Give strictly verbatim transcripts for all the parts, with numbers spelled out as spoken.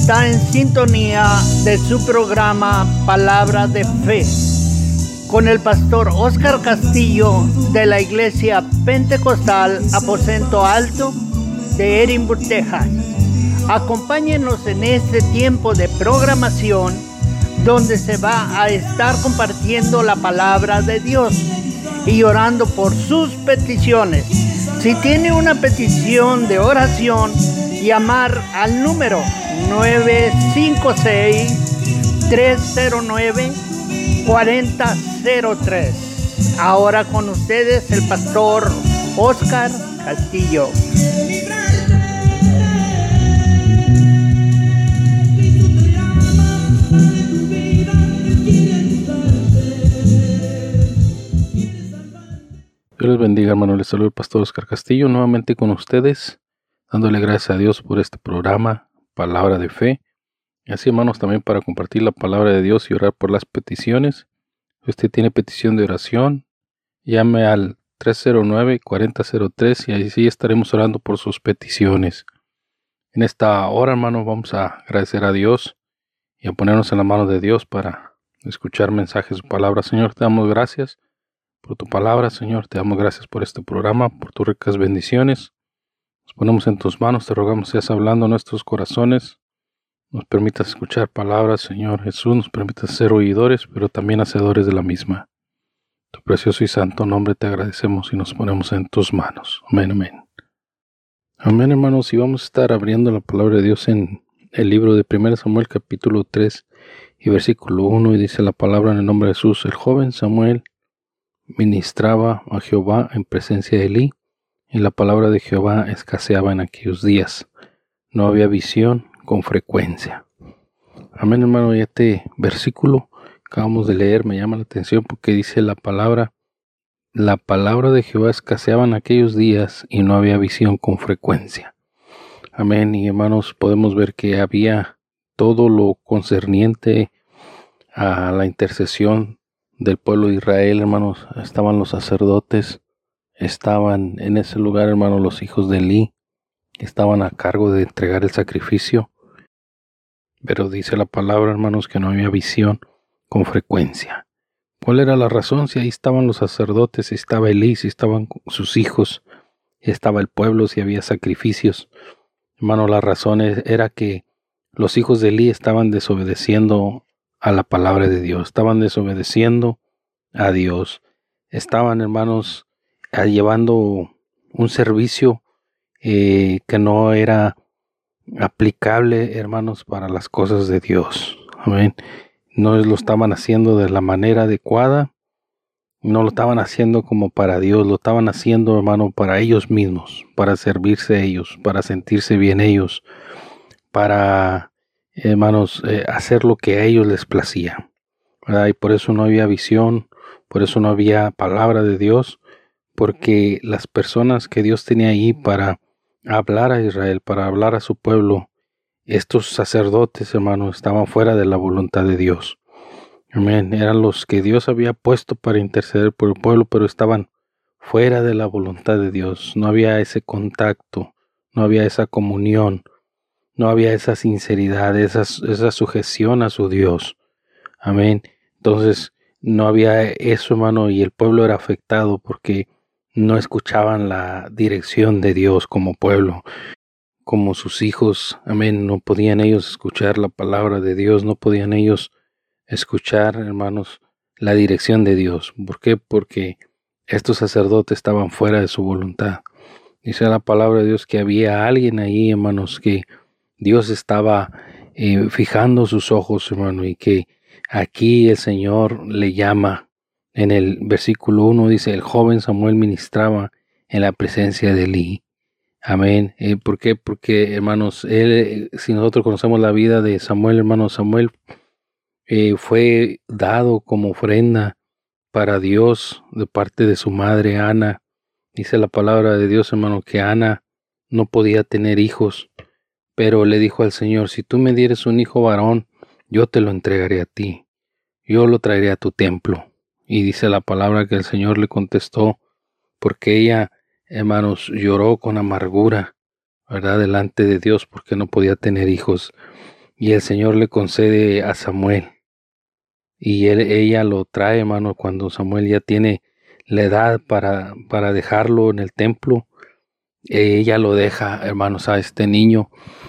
Está en sintonía de su programa Palabra de Fe con el pastor Oscar Castillo de la Iglesia Pentecostal Aposento Alto de Edinburgh, Texas. Acompáñenos en este tiempo de programación donde se va a estar compartiendo la palabra de Dios y orando por sus peticiones. Si tiene una petición de oración, llamar al número nueve cinco seis, tres cero nueve, cuatro cero cero tres. Ahora con ustedes el pastor Oscar Castillo. Dios les bendiga, hermano. Les saluda el pastor Oscar Castillo nuevamente con ustedes, dándole gracias a Dios por este programa, Palabra de Fe. Y así, hermanos, también para compartir la palabra de Dios y orar por las peticiones. Si usted tiene petición de oración, llame al tres cero nueve, cuatro cero cero tres y así estaremos orando por sus peticiones. En esta hora, hermano, vamos a agradecer a Dios y a ponernos en la mano de Dios para escuchar mensajes de su palabra. Señor, te damos gracias por tu palabra, Señor. Te damos gracias por este programa, por tus ricas bendiciones. Nos ponemos en tus manos, te rogamos seas hablando a nuestros corazones. Nos permitas escuchar palabras, Señor Jesús. Nos permitas ser oidores, pero también hacedores de la misma. Tu precioso y santo nombre te agradecemos y nos ponemos en tus manos. Amén, amén. Amén, hermanos. Y vamos a estar abriendo la palabra de Dios en el libro de primero Samuel, capítulo tres y versículo uno. Y dice la palabra en el nombre de Jesús. El joven Samuel ministraba a Jehová en presencia de Elí, y la palabra de Jehová escaseaba en aquellos días. No había visión con frecuencia. Amén, hermano. Y este versículo que acabamos de leer me llama la atención porque dice la palabra, la palabra de Jehová escaseaba en aquellos días y no había visión con frecuencia. Amén. Y hermanos, podemos ver que había todo lo concerniente a la intercesión del pueblo de Israel, hermanos. Estaban los sacerdotes, estaban en ese lugar, hermanos, los hijos de Elí, que estaban a cargo de entregar el sacrificio. Pero dice la palabra, hermanos, que no había visión con frecuencia. ¿Cuál era la razón? Si ahí estaban los sacerdotes, si estaba Elí, si estaban sus hijos, si estaba el pueblo, si había sacrificios. Hermanos, la razón era que los hijos de Elí estaban desobedeciendo a la palabra de Dios, estaban desobedeciendo a Dios, estaban, hermanos, llevando un servicio eh, que no era aplicable, hermanos, para las cosas de Dios. Amén. No lo estaban haciendo de la manera adecuada, no lo estaban haciendo como para Dios, lo estaban haciendo, hermano, para ellos mismos, para servirse a ellos, para sentirse bien ellos, para, hermanos, eh, hacer lo que a ellos les placía, ¿verdad? Y por eso no había visión, por eso no había palabra de Dios, porque las personas que Dios tenía ahí para hablar a Israel, para hablar a su pueblo, estos sacerdotes, hermanos, estaban fuera de la voluntad de Dios. Amén. Eran los que Dios había puesto para interceder por el pueblo, pero estaban fuera de la voluntad de Dios. No había ese contacto, no había esa comunión, no había esa sinceridad, esa, esa sujeción a su Dios. Amén. Entonces, no había eso, hermano, y el pueblo era afectado porque no escuchaban la dirección de Dios como pueblo, como sus hijos. Amén. No podían ellos escuchar la palabra de Dios, no podían ellos escuchar, hermanos, la dirección de Dios. ¿Por qué? Porque estos sacerdotes estaban fuera de su voluntad. Dice la palabra de Dios que había alguien ahí, hermanos, que Dios estaba eh, fijando sus ojos, hermano, y que aquí el Señor le llama. En el versículo uno dice, el joven Samuel ministraba en la presencia de Elí. Amén. Eh, ¿Por qué? Porque, hermanos, él, si nosotros conocemos la vida de Samuel, hermanos, Samuel eh, fue dado como ofrenda para Dios de parte de su madre Ana. Dice la palabra de Dios, hermano, que Ana no podía tener hijos, pero le dijo al Señor, si tú me dieres un hijo varón, yo te lo entregaré a ti, yo lo traeré a tu templo. Y dice la palabra que el Señor le contestó, porque ella, hermanos, lloró con amargura, ¿verdad?, delante de Dios, porque no podía tener hijos. y el Señor le concede a Samuel. Y él, ella lo trae, hermano, cuando Samuel ya tiene la edad para, para dejarlo en el templo. Ella lo deja, hermanos, a este niño.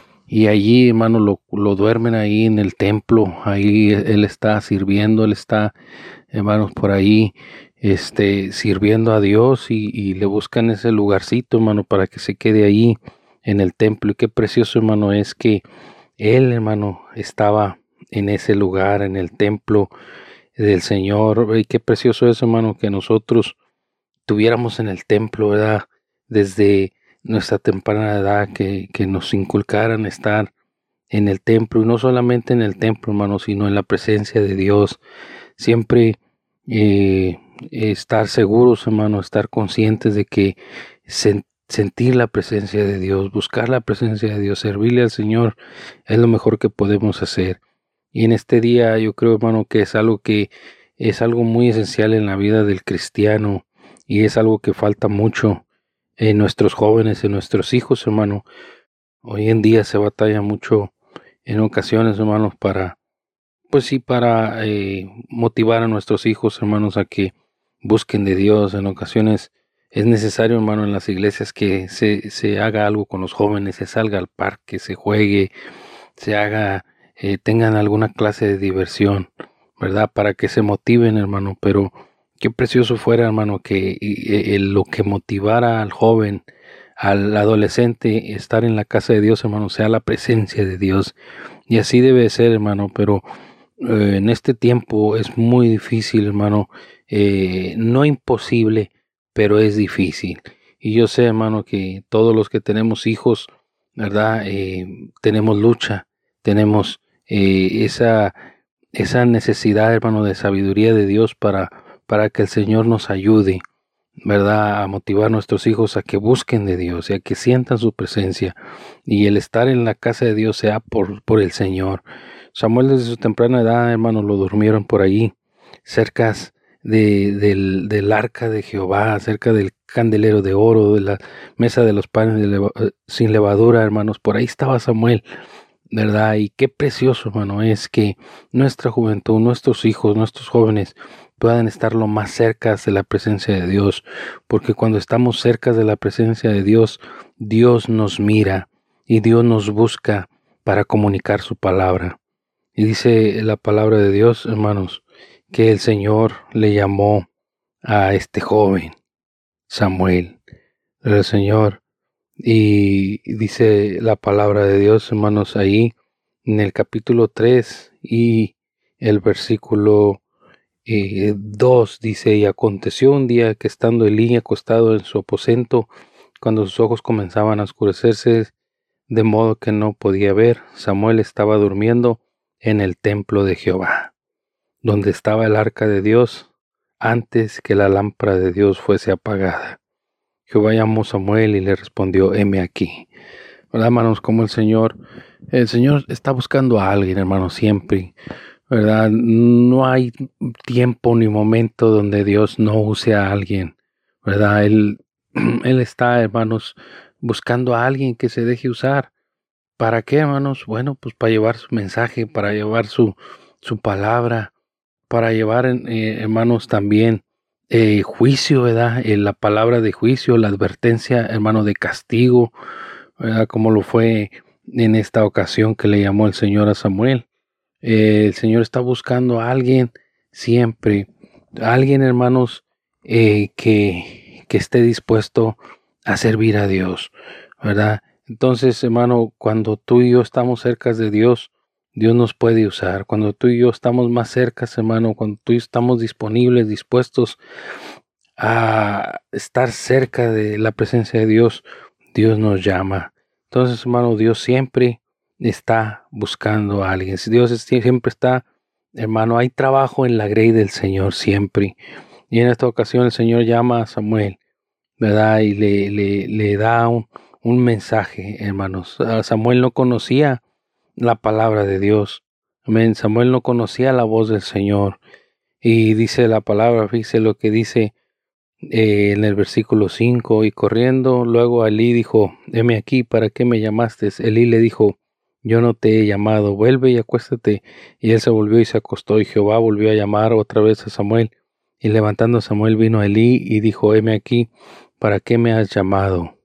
Y allí, hermano, lo, lo duermen ahí en el templo. Ahí él está sirviendo, él está, hermanos, por ahí, este, sirviendo a Dios y, y le buscan ese lugarcito, hermano, para que se quede ahí en el templo. Y qué precioso, hermano, es que él, hermano, estaba en ese lugar, en el templo del Señor. Y qué precioso es, hermano, que nosotros tuviéramos en el templo, ¿verdad? Desde nuestra temprana edad, que, que nos inculcaran estar en el templo, y no solamente en el templo, hermano, sino en la presencia de Dios. Siempre eh, estar seguros, hermano, estar conscientes de que sen- sentir la presencia de Dios, buscar la presencia de Dios, servirle al Señor, es lo mejor que podemos hacer. Y en este día yo creo, hermano, que es algo que es algo muy esencial en la vida del cristiano, y es algo que falta mucho en nuestros jóvenes, en nuestros hijos, hermano. Hoy en día se batalla mucho en ocasiones, hermanos, para, pues sí, para eh, motivar a nuestros hijos, hermanos, a que busquen de Dios. En ocasiones es necesario, hermano, en las iglesias que se, se haga algo con los jóvenes, se salga al parque, se juegue, se haga, eh, tengan alguna clase de diversión, ¿verdad? Para que se motiven, hermano. Pero qué precioso fuera, hermano, que eh, eh, lo que motivara al joven, al adolescente, estar en la casa de Dios, hermano, sea la presencia de Dios. Y así debe ser, hermano. Pero eh, en este tiempo es muy difícil, hermano. Eh, no imposible, pero es difícil. Y yo sé, hermano, que todos los que tenemos hijos, ¿verdad? Eh, tenemos lucha, tenemos eh, esa, esa necesidad, hermano, de sabiduría de Dios para, para que el Señor nos ayude, ¿verdad? A motivar a nuestros hijos a que busquen de Dios y a que sientan su presencia, y el estar en la casa de Dios sea por, por el Señor. Samuel desde su temprana edad, hermano, lo durmieron por ahí, cerca de, del, del arca de Jehová, cerca del candelero de oro, de la mesa de los panes de leva, sin levadura, hermanos. Por ahí estaba Samuel, ¿verdad? Y qué precioso, hermano, es que nuestra juventud, nuestros hijos, nuestros jóvenes puedan estar lo más cerca de la presencia de Dios, porque cuando estamos cerca de la presencia de Dios, Dios nos mira y Dios nos busca para comunicar su palabra. Y dice la palabra de Dios, hermanos, que el Señor le llamó a este joven Samuel, el Señor. Y dice la palabra de Dios, hermanos, ahí en el capítulo tres y el versículo eh, dos, dice: y aconteció un día que estando Elí acostado en su aposento, cuando sus ojos comenzaban a oscurecerse de modo que no podía ver, Samuel estaba durmiendo en el templo de Jehová, donde estaba el arca de Dios, antes que la lámpara de Dios fuese apagada. Jehová llamó a Samuel y le respondió: heme aquí. ¿Verdad, hermanos? Como el Señor, el Señor está buscando a alguien, hermanos, siempre, ¿verdad? No hay tiempo ni momento donde Dios no use a alguien, ¿verdad? Él, él está, hermanos, buscando a alguien que se deje usar. ¿Para qué, hermanos? Bueno, pues para llevar su mensaje, para llevar su, su palabra, para llevar, eh, hermanos, también eh, juicio, ¿verdad? Eh, la palabra de juicio, la advertencia, hermano, de castigo, ¿verdad? Como lo fue en esta ocasión que le llamó el Señor a Samuel. Eh, el Señor está buscando a alguien siempre, a alguien, hermanos, eh, que, que esté dispuesto a servir a Dios, ¿verdad? Entonces, hermano, cuando tú y yo estamos cerca de Dios, Dios nos puede usar. Cuando tú y yo estamos más cerca, hermano, cuando tú y yo estamos disponibles, dispuestos a estar cerca de la presencia de Dios, Dios nos llama. Entonces, hermano, Dios siempre está buscando a alguien. Si Dios siempre está, hermano, hay trabajo en la grey del Señor siempre. Y en esta ocasión el Señor llama a Samuel, ¿verdad? Y le, le, le da un, un mensaje, hermanos. Samuel no conocía la palabra de Dios. Amén. Samuel no conocía la voz del Señor. Y dice la palabra, fíjese lo que dice eh, en el versículo cinco: y corriendo luego a Elí dijo: heme aquí, ¿para qué me llamaste? Elí le dijo: yo no te he llamado, vuelve y acuéstate. Y él se volvió y se acostó, y Jehová volvió a llamar otra vez a Samuel. Y levantando Samuel vino a Elí y dijo, heme aquí, ¿para qué me has llamado?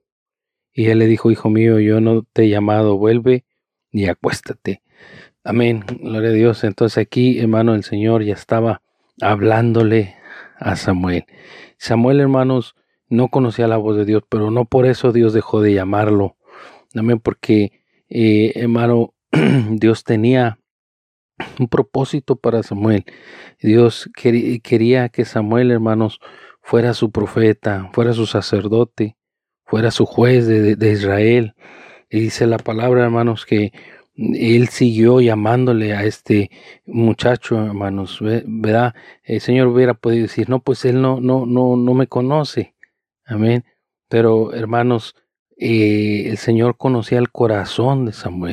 Y él le dijo, hijo mío, yo no te he llamado, vuelve y acuéstate. Amén, gloria a Dios. Entonces aquí, hermano, el Señor ya estaba hablándole a Samuel. Samuel, hermanos, no conocía la voz de Dios, pero no por eso Dios dejó de llamarlo. Amén, porque, eh, hermano, Dios tenía un propósito para Samuel. Dios quer- quería que Samuel, hermanos, fuera su profeta, fuera su sacerdote, fuera su juez de, de Israel. Y dice la palabra, hermanos, que él siguió llamándole a este muchacho, hermanos, ¿verdad? El Señor hubiera podido decir, no, pues él no, no, no, no me conoce. Amén. Pero, hermanos, eh, el Señor conocía el corazón de Samuel,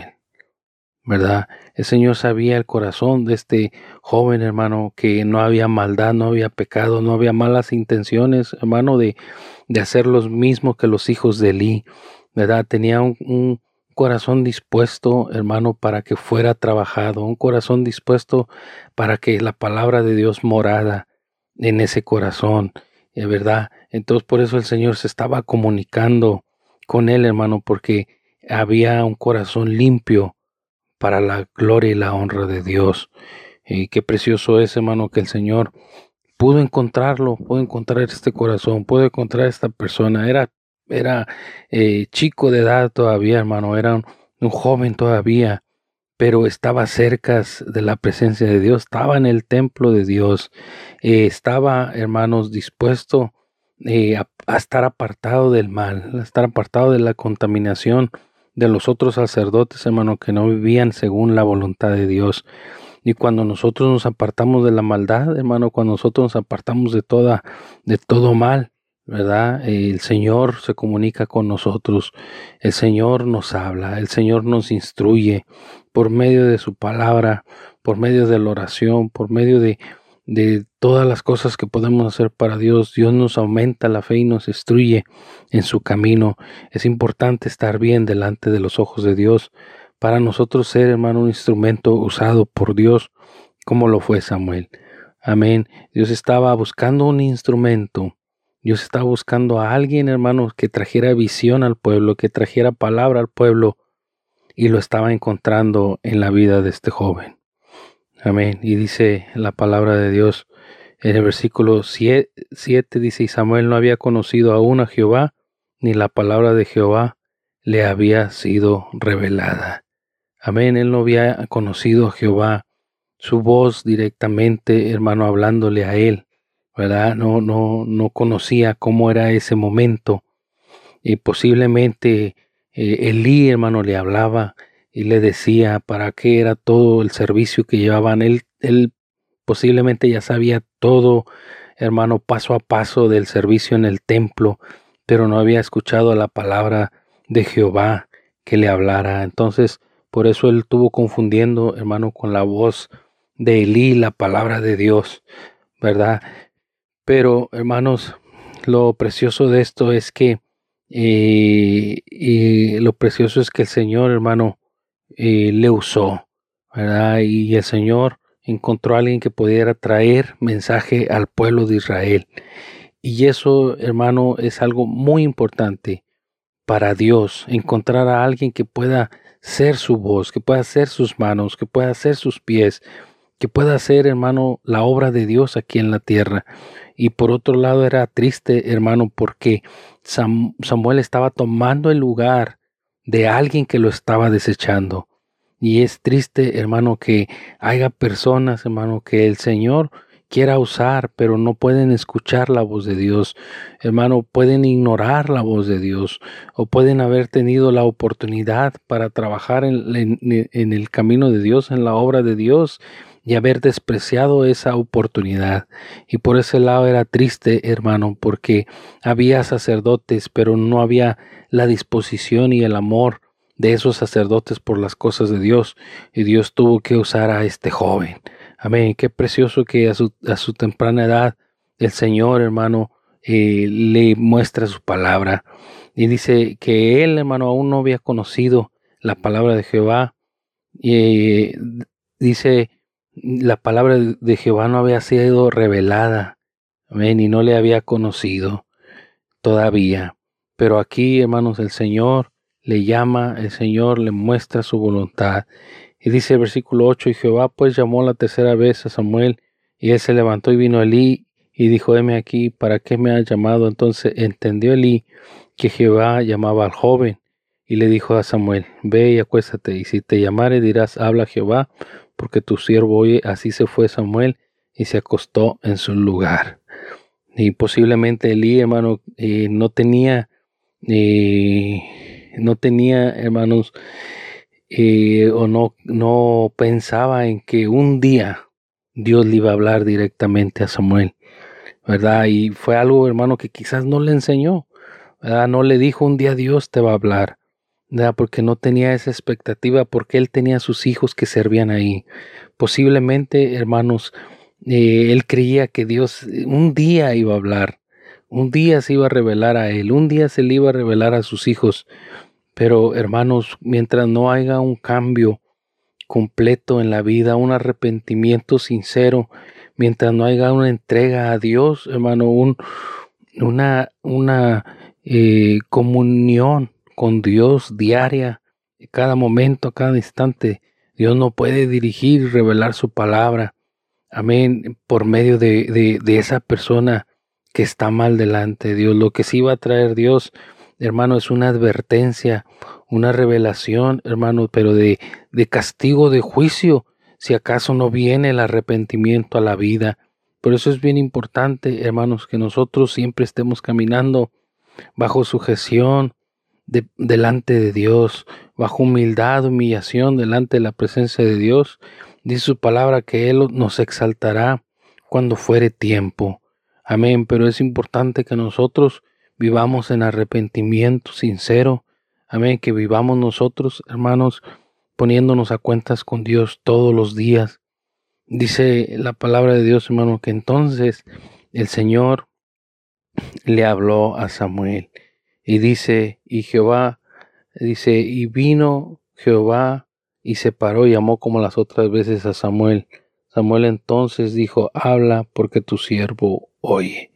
¿verdad? El Señor sabía el corazón de este joven, hermano, que no había maldad, no había pecado, no había malas intenciones, hermano, de, de hacer los mismos que los hijos de Elí, ¿verdad? Tenía un, un corazón dispuesto, hermano, para que fuera trabajado, un corazón dispuesto para que la palabra de Dios morara en ese corazón, eh, ¿verdad? Entonces por eso el Señor se estaba comunicando con él, hermano, porque había un corazón limpio para la gloria y la honra de Dios. Y qué precioso es, hermano, que el Señor pudo encontrarlo, pudo encontrar este corazón, pudo encontrar esta persona. Era, era eh, chico de edad todavía, hermano, era un, un joven todavía, pero estaba cerca de la presencia de Dios, estaba en el templo de Dios, eh, estaba, hermanos, dispuesto eh, a, a estar apartado del mal, a estar apartado de la contaminación de los otros sacerdotes, hermano, que no vivían según la voluntad de Dios. Y cuando nosotros nos apartamos de la maldad, hermano, cuando nosotros nos apartamos de toda, de todo mal, ¿verdad? El Señor se comunica con nosotros, el Señor nos habla, el Señor nos instruye por medio de su palabra, por medio de la oración, por medio de, de todas las cosas que podemos hacer para Dios. Dios nos aumenta la fe y nos instruye en su camino. Es importante estar bien delante de los ojos de Dios para nosotros ser, hermano, un instrumento usado por Dios, como lo fue Samuel. Amén. Dios estaba buscando un instrumento. Dios estaba buscando a alguien, hermanos, que trajera visión al pueblo, que trajera palabra al pueblo, y lo estaba encontrando en la vida de este joven. Amén. Y dice la palabra de Dios en el versículo siete, dice, y Samuel no había conocido aún a Jehová, ni la palabra de Jehová le había sido revelada. Amén. Él no había conocido a Jehová, su voz directamente, hermano, hablándole a él, ¿verdad? No, no, no conocía cómo era ese momento. Y posiblemente eh, Elí, hermano, le hablaba y le decía para qué era todo el servicio que llevaban. Él, él posiblemente ya sabía todo, hermano, paso a paso del servicio en el templo, pero no había escuchado la palabra de Jehová que le hablara. Entonces, por eso él estuvo confundiendo, hermano, con la voz de Elí, la palabra de Dios, ¿verdad? Pero, hermanos, lo precioso de esto es que eh, y lo precioso es que el Señor, hermano, eh, le usó, ¿verdad? Y el Señor encontró a alguien que pudiera traer mensaje al pueblo de Israel. Y eso, hermano, es algo muy importante para Dios, encontrar a alguien que pueda ser su voz, que pueda ser sus manos, que pueda ser sus pies, que pueda hacer, hermano, la obra de Dios aquí en la tierra. Y por otro lado era triste, hermano, porque Sam- Samuel estaba tomando el lugar de alguien que lo estaba desechando. Y es triste, hermano, que haya personas, hermano, que el Señor quiera usar, pero no pueden escuchar la voz de Dios. Hermano, pueden ignorar la voz de Dios o pueden haber tenido la oportunidad para trabajar en, en, en el camino de Dios, en la obra de Dios, y haber despreciado esa oportunidad. Y por ese lado era triste, hermano, porque había sacerdotes, pero no había la disposición y el amor de esos sacerdotes por las cosas de Dios, y Dios tuvo que usar a este joven. Amén. Qué precioso que a su, a su temprana edad el Señor, hermano, eh, le muestra su palabra. Y dice que él, hermano, aún no había conocido la palabra de Jehová, eh, dice, la palabra de Jehová no había sido revelada, amén, y no le había conocido todavía. Pero aquí, hermanos, el Señor le llama, el Señor le muestra su voluntad. Y dice el versículo ocho, y Jehová pues llamó la tercera vez a Samuel, y él se levantó y vino a Elí, y dijo, heme aquí, ¿para qué me has llamado? Entonces entendió Elí que Jehová llamaba al joven, y le dijo a Samuel, ve y acuéstate, y si te llamare dirás, habla Jehová, porque tu siervo oye. Así se fue Samuel, y se acostó en su lugar. Y posiblemente Elí, hermano, eh, no tenía, eh, no tenía, hermanos, eh, o no, no pensaba en que un día Dios le iba a hablar directamente a Samuel, ¿verdad? Y fue algo, hermano, que quizás no le enseñó, ¿verdad? No le dijo un día Dios te va a hablar, ¿verdad? Porque no tenía esa expectativa, porque él tenía sus hijos que servían ahí. Posiblemente, hermanos, eh, él creía que Dios un día iba a hablar, un día se iba a revelar a él, un día se le iba a revelar a sus hijos. Pero, hermanos, mientras no haya un cambio completo en la vida, un arrepentimiento sincero, mientras no haya una entrega a Dios, hermano, un, una, una eh, comunión con Dios diaria, cada momento, cada instante, Dios no puede dirigir y revelar su palabra, amén, por medio de, de, de esa persona que está mal delante de Dios. Lo que sí va a traer Dios, hermano, es una advertencia, una revelación, hermano, pero de, de castigo, de juicio, si acaso no viene el arrepentimiento a la vida. Por eso es bien importante, hermanos, que nosotros siempre estemos caminando bajo sujeción de, delante de Dios, bajo humildad, humillación delante de la presencia de Dios. Dice su palabra que Él nos exaltará cuando fuere tiempo. Amén, pero es importante que nosotros vivamos en arrepentimiento sincero. Amén, que vivamos nosotros, hermanos, poniéndonos a cuentas con Dios todos los días. Dice la palabra de Dios, hermano, que entonces el Señor le habló a Samuel y dice, y Jehová, dice, y vino Jehová y se paró y llamó como las otras veces a Samuel. Samuel entonces dijo, habla porque tu siervo oye.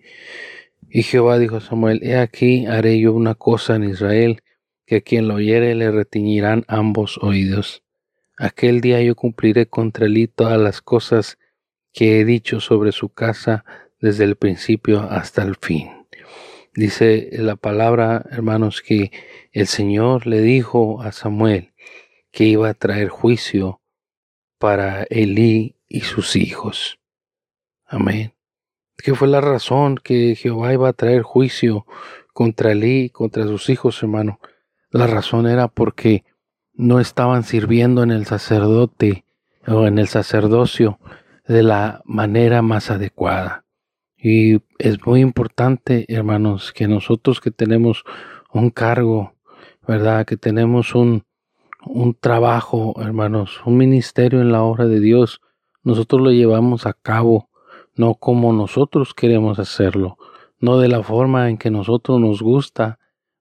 Y Jehová dijo a Samuel, he aquí haré yo una cosa en Israel, que a quien lo oyere le retiñirán ambos oídos. Aquel día yo cumpliré contra él todas las cosas que he dicho sobre su casa desde el principio hasta el fin. Dice la palabra, hermanos, que el Señor le dijo a Samuel que iba a traer juicio para Elí y sus hijos. Amén. ¿Qué fue la razón que Jehová iba a traer juicio contra Elí y contra sus hijos, hermano? La razón era porque no estaban sirviendo en el sacerdote o en el sacerdocio de la manera más adecuada. Y es muy importante, hermanos, que nosotros que tenemos un cargo, ¿verdad? Que tenemos un, un trabajo, hermanos, un ministerio en la obra de Dios, nosotros lo llevamos a cabo, no como nosotros queremos hacerlo, no de la forma en que nosotros nos gusta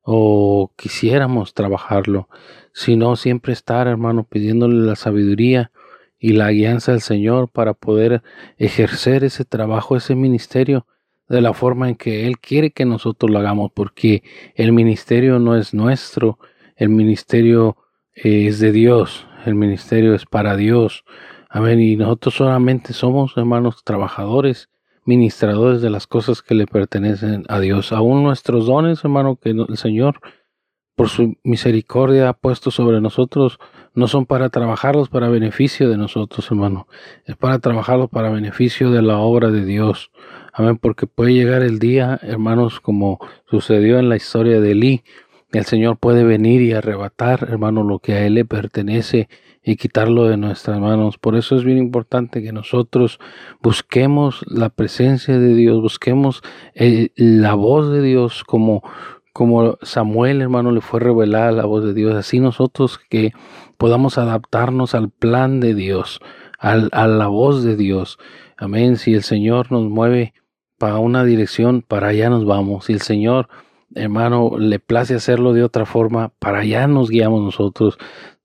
o quisiéramos trabajarlo, sino siempre estar, hermano, pidiéndole la sabiduría y la guianza del Señor para poder ejercer ese trabajo, ese ministerio, de la forma en que Él quiere que nosotros lo hagamos, porque el ministerio no es nuestro, el ministerio es de Dios, el ministerio es para Dios. Amén. Y nosotros solamente somos, hermanos, trabajadores, ministradores de las cosas que le pertenecen a Dios. Aún nuestros dones, hermano, que el Señor, por su misericordia, ha puesto sobre nosotros, no son para trabajarlos para beneficio de nosotros, hermano. Es para trabajarlos para beneficio de la obra de Dios. Amén. Porque puede llegar el día, hermanos, como sucedió en la historia de Elí, el Señor puede venir y arrebatar, hermano, lo que a Él le pertenece y quitarlo de nuestras manos. Por eso es bien importante que nosotros busquemos la presencia de Dios, busquemos eh, la voz de Dios como, como Samuel, hermano, le fue revelada la voz de Dios. Así nosotros que podamos adaptarnos al plan de Dios, al, a la voz de Dios. Amén. Si el Señor nos mueve para una dirección, para allá nos vamos. Si el Señor, hermano, le place hacerlo de otra forma, para allá nos guiamos nosotros.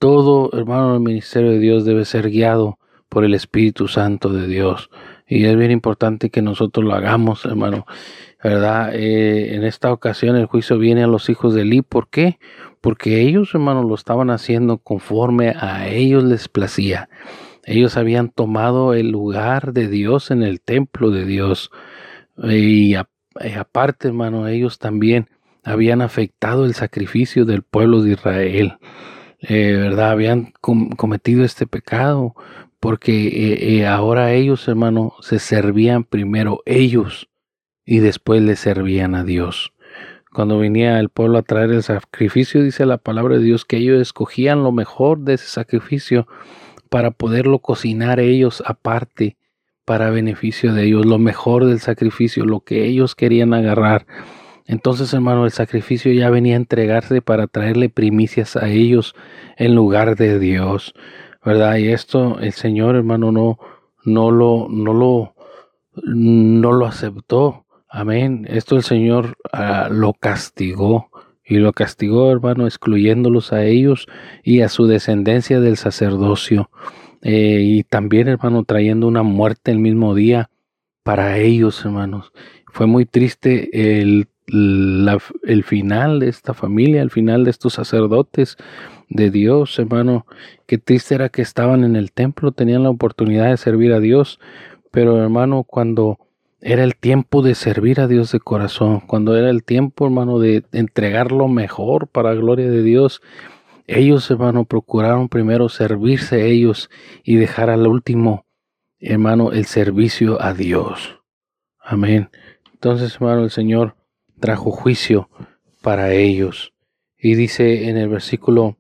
todo, hermano, el ministerio de Dios debe ser guiado por el Espíritu Santo de Dios. Y es bien importante que nosotros lo hagamos, hermano, ¿verdad? Eh, en esta ocasión el juicio viene a los hijos de Eli. ¿Por qué? Porque ellos, hermano, lo estaban haciendo conforme a ellos les placía. Ellos habían tomado el lugar de Dios en el templo de Dios. Y, a, y aparte, hermano, ellos también habían afectado el sacrificio del pueblo de Israel. Eh, ¿verdad? Habían com- cometido este pecado porque eh, eh, ahora ellos, hermano, se servían primero ellos y después le servían a Dios. Cuando venía el pueblo a traer el sacrificio, dice la palabra de Dios que ellos escogían lo mejor de ese sacrificio para poderlo cocinar ellos aparte, para beneficio de ellos, lo mejor del sacrificio, lo que ellos querían agarrar. Entonces, hermano, el sacrificio ya venía a entregarse para traerle primicias a ellos en lugar de Dios, ¿verdad? Y esto el Señor, hermano, no, no lo, no lo, no lo aceptó. Amén. Esto el Señor uh, lo castigó. Y lo castigó, hermano, excluyéndolos a ellos y a su descendencia del sacerdocio. Eh, y también, hermano, trayendo una muerte el mismo día para ellos, hermanos. Fue muy triste el, la, el final de esta familia, el final de estos sacerdotes de Dios, hermano. Qué triste era que estaban en el templo, tenían la oportunidad de servir a Dios, pero, hermano, cuando era el tiempo de servir a Dios de corazón, cuando era el tiempo, hermano, de entregar lo mejor para la gloria de Dios, ellos, hermano, procuraron primero servirse ellos y dejar al último, hermano, el servicio a Dios. Amén. Entonces, hermano, el Señor trajo juicio para ellos. Y dice en el versículo,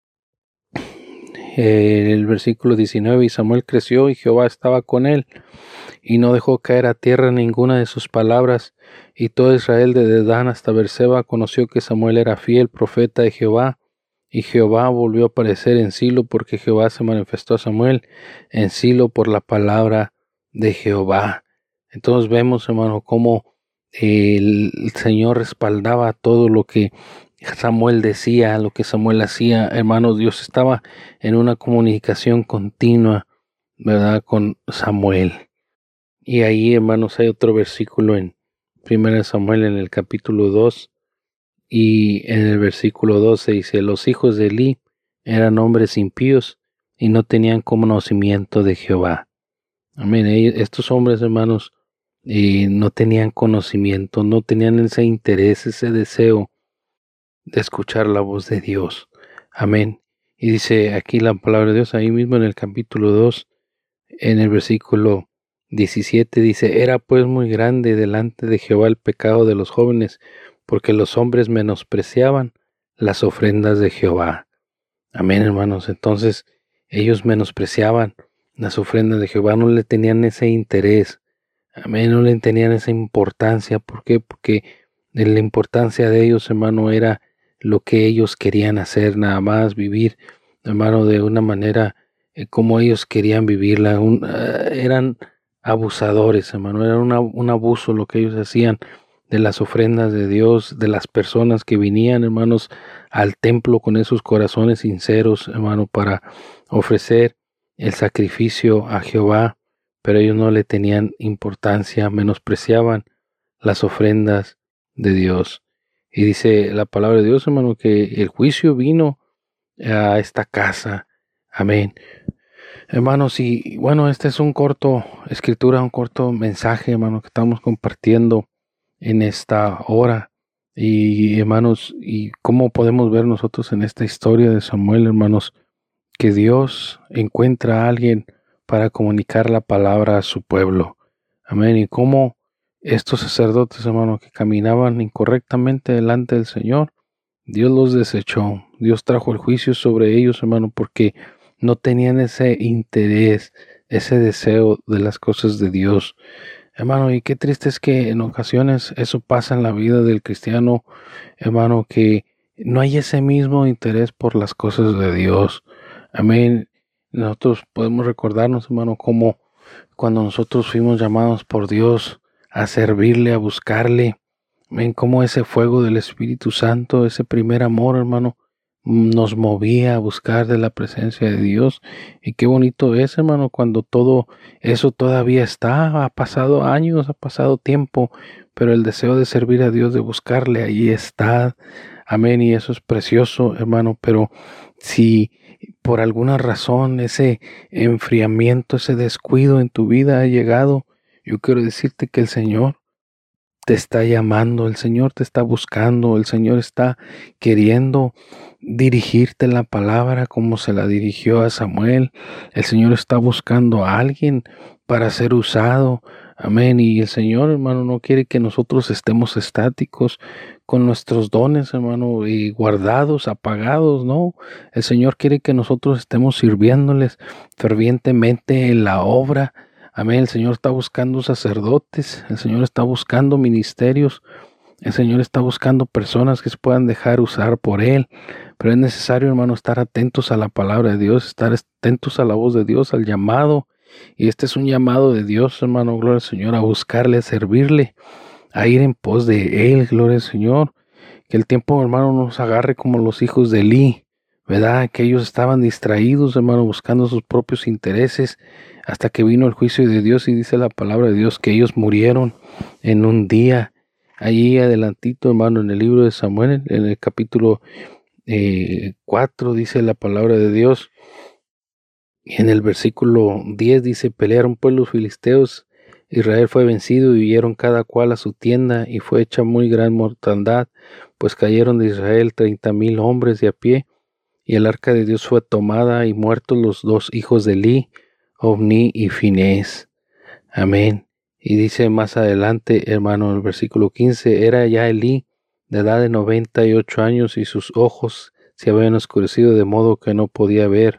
eh, el versículo diecinueve, y Samuel creció y Jehová estaba con él, y no dejó caer a tierra ninguna de sus palabras, y todo Israel desde Dan hasta Beerseba conoció que Samuel era fiel profeta de Jehová. Y Jehová volvió a aparecer en Silo, porque Jehová se manifestó a Samuel en Silo por la palabra de Jehová. Entonces vemos, hermano, cómo el Señor respaldaba todo lo que Samuel decía, lo que Samuel hacía. Hermanos, Dios estaba en una comunicación continua, ¿verdad?, con Samuel. Y ahí, hermanos, hay otro versículo en primera Samuel, en el capítulo dos, y en el versículo doce dice: los hijos de Eli eran hombres impíos y no tenían conocimiento de Jehová. Amén. Estos hombres, hermanos, eh, no tenían conocimiento, no tenían ese interés, ese deseo de escuchar la voz de Dios. Amén. Y dice aquí la palabra de Dios, ahí mismo en el capítulo dos, en el versículo diecisiete, dice: era pues muy grande delante de Jehová el pecado de los jóvenes, porque los hombres menospreciaban las ofrendas de Jehová. Amén, hermanos. Entonces ellos menospreciaban las ofrendas de Jehová, no le tenían ese interés. Amén, no le tenían esa importancia. ¿Por qué? Porque la importancia de ellos, hermano, era lo que ellos querían hacer, nada más vivir, hermano, de una manera eh, como ellos querían vivirla. Un, uh, eran abusadores, hermano, era una, un abuso lo que ellos hacían de las ofrendas de Dios, de las personas que venían, hermanos, al templo con esos corazones sinceros, hermano, para ofrecer el sacrificio a Jehová, pero ellos no le tenían importancia, menospreciaban las ofrendas de Dios. Y dice la palabra de Dios, hermano, que el juicio vino a esta casa. Amén. Hermanos, y bueno, este es un corto escritura, un corto mensaje, hermano, que estamos compartiendo en esta hora. Y hermanos, y cómo podemos ver nosotros en esta historia de Samuel, hermanos, que Dios encuentra a alguien para comunicar la palabra a su pueblo. Amén. Y cómo estos sacerdotes, hermanos, que caminaban incorrectamente delante del Señor, Dios los desechó. Dios trajo el juicio sobre ellos, hermano, porque no tenían ese interés, ese deseo de las cosas de Dios. Hermano, y qué triste es que en ocasiones eso pasa en la vida del cristiano, hermano, que no hay ese mismo interés por las cosas de Dios. Amén. Nosotros podemos recordarnos, hermano, cómo cuando nosotros fuimos llamados por Dios a servirle, a buscarle, amén, cómo ese fuego del Espíritu Santo, ese primer amor, hermano, nos movía a buscar de la presencia de Dios. Y qué bonito es, hermano, cuando todo eso todavía está. Ha pasado años, ha pasado tiempo, pero el deseo de servir a Dios, de buscarle, ahí está. Amén. Y eso es precioso, hermano. Pero si por alguna razón ese enfriamiento, ese descuido en tu vida ha llegado, yo quiero decirte que el Señor te está llamando, el Señor te está buscando, el Señor está queriendo dirigirte la palabra como se la dirigió a Samuel. El Señor está buscando a alguien para ser usado. Amén. Y el Señor, hermano, no quiere que nosotros estemos estáticos con nuestros dones, hermano, y guardados, apagados, no. El Señor quiere que nosotros estemos sirviéndoles fervientemente en la obra. Amén. El Señor está buscando sacerdotes, el Señor está buscando ministerios, el Señor está buscando personas que se puedan dejar usar por Él. Pero es necesario, hermano, estar atentos a la palabra de Dios, estar atentos a la voz de Dios, al llamado. Y este es un llamado de Dios, hermano, gloria al Señor, a buscarle, a servirle, a ir en pos de Él, gloria al Señor. Que el tiempo, hermano, nos agarre como los hijos de Elí, ¿verdad? Que ellos estaban distraídos, hermano, buscando sus propios intereses, hasta que vino el juicio de Dios, y dice la palabra de Dios que ellos murieron en un día. Allí adelantito, hermano, en el libro de Samuel, en el capítulo eh, cuatro, dice la palabra de Dios. En el versículo diez dice: pelearon pues los filisteos, Israel fue vencido y huyeron cada cual a su tienda, y fue hecha muy gran mortandad, pues cayeron de Israel treinta mil hombres de a pie, y el arca de Dios fue tomada, y muertos los dos hijos de Elí, Ofni y Finés. Amén. Y dice más adelante, hermano, en el versículo quince: era ya Elí de edad de noventa y ocho años, y sus ojos se habían oscurecido de modo que no podía ver.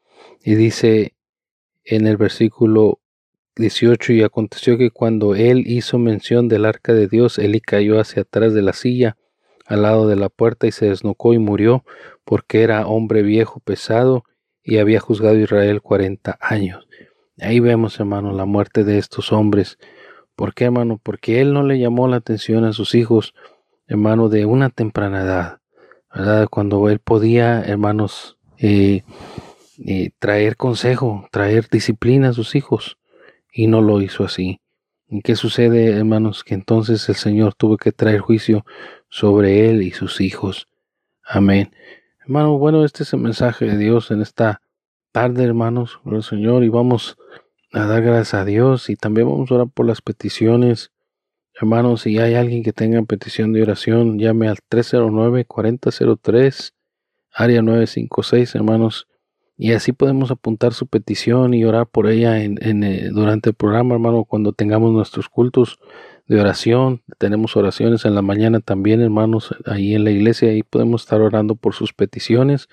Y dice en el versículo dieciocho: y aconteció que cuando él hizo mención del arca de Dios, Elí cayó hacia atrás de la silla, al lado de la puerta, y se desnucó y murió, porque era hombre viejo, pesado, y había juzgado a Israel cuarenta años. Ahí vemos, hermano, la muerte de estos hombres. ¿Por qué, hermano? Porque él no le llamó la atención a sus hijos, hermano, de una temprana edad, ¿verdad? Cuando él podía, hermanos, eh, eh, traer consejo, traer disciplina a sus hijos, y no lo hizo así. ¿Y qué sucede, hermanos? Que entonces el Señor tuvo que traer juicio sobre él y sus hijos. Amén. Hermano, bueno, este es el mensaje de Dios en esta tarde, hermanos, por el Señor, y vamos a dar gracias a Dios, y también vamos a orar por las peticiones. Hermanos, si hay alguien que tenga petición de oración, llame al tres cero nueve, cuarenta cero tres, área nueve cinco seis, hermanos, y así podemos apuntar su petición y orar por ella en, en, eh, durante el programa, hermano, cuando tengamos nuestros cultos de oración. Tenemos oraciones en la mañana también, hermanos, ahí en la iglesia, ahí podemos estar orando por sus peticiones.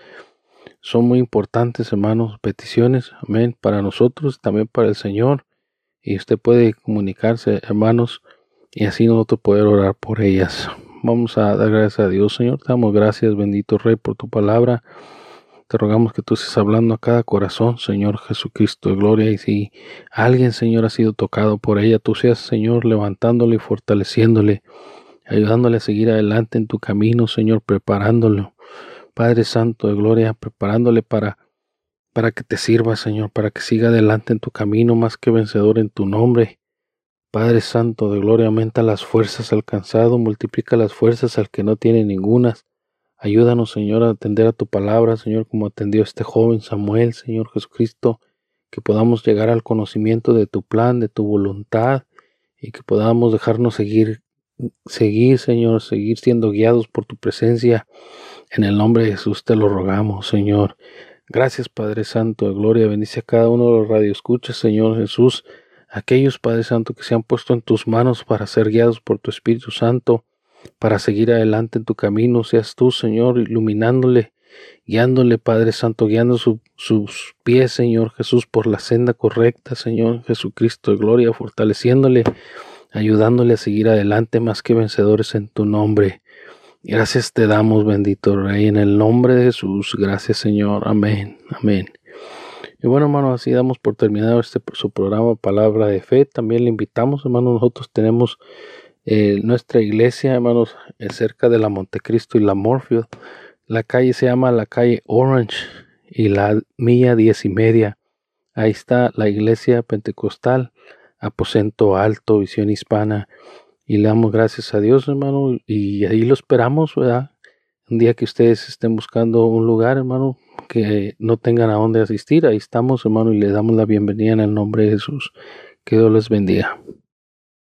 Son muy importantes, hermanos, peticiones, amén, para nosotros, también para el Señor, y usted puede comunicarse, hermanos, y así nosotros poder orar por ellas. Vamos a dar gracias a Dios. Señor, te damos gracias, bendito Rey, por tu palabra. Te rogamos que tú estés hablando a cada corazón, Señor Jesucristo de gloria, y si alguien, Señor, ha sido tocado por ella, tú seas, Señor, levantándole y fortaleciéndole, ayudándole a seguir adelante en tu camino, Señor, preparándolo, Padre Santo de gloria, preparándole para, para que te sirva, Señor, para que siga adelante en tu camino, más que vencedor en tu nombre. Padre Santo de gloria, aumenta las fuerzas al cansado, multiplica las fuerzas al que no tiene ningunas. Ayúdanos, Señor, a atender a tu palabra, Señor, como atendió este joven Samuel, Señor Jesucristo, que podamos llegar al conocimiento de tu plan, de tu voluntad, y que podamos dejarnos seguir, seguir, Señor, seguir siendo guiados por tu presencia. En el nombre de Jesús te lo rogamos, Señor. Gracias, Padre Santo de gloria. Bendice a cada uno de los radioescuchas, Señor Jesús. Aquellos, Padre Santo, que se han puesto en tus manos para ser guiados por tu Espíritu Santo, para seguir adelante en tu camino, seas tú, Señor, iluminándole, guiándole, Padre Santo, guiando su, sus pies, Señor Jesús, por la senda correcta, Señor Jesucristo de gloria, fortaleciéndole, ayudándole a seguir adelante más que vencedores en tu nombre. Gracias te damos, bendito Rey, en el nombre de Jesús. Gracias, Señor. Amén. Amén. Y bueno, hermanos, así damos por terminado este su programa Palabra de Fe. También le invitamos, hermanos, nosotros tenemos eh, nuestra iglesia, hermanos, eh, cerca de la Montecristo y la Moorfield. La calle se llama la calle Orange y la milla diez y media. Ahí está la iglesia pentecostal, Aposento Alto, Visión Hispana. Y le damos gracias a Dios, hermano, y ahí lo esperamos, ¿verdad? Un día que ustedes estén buscando un lugar, hermano, que no tengan a dónde asistir, ahí estamos, hermano, y le damos la bienvenida en el nombre de Jesús. Que Dios les bendiga.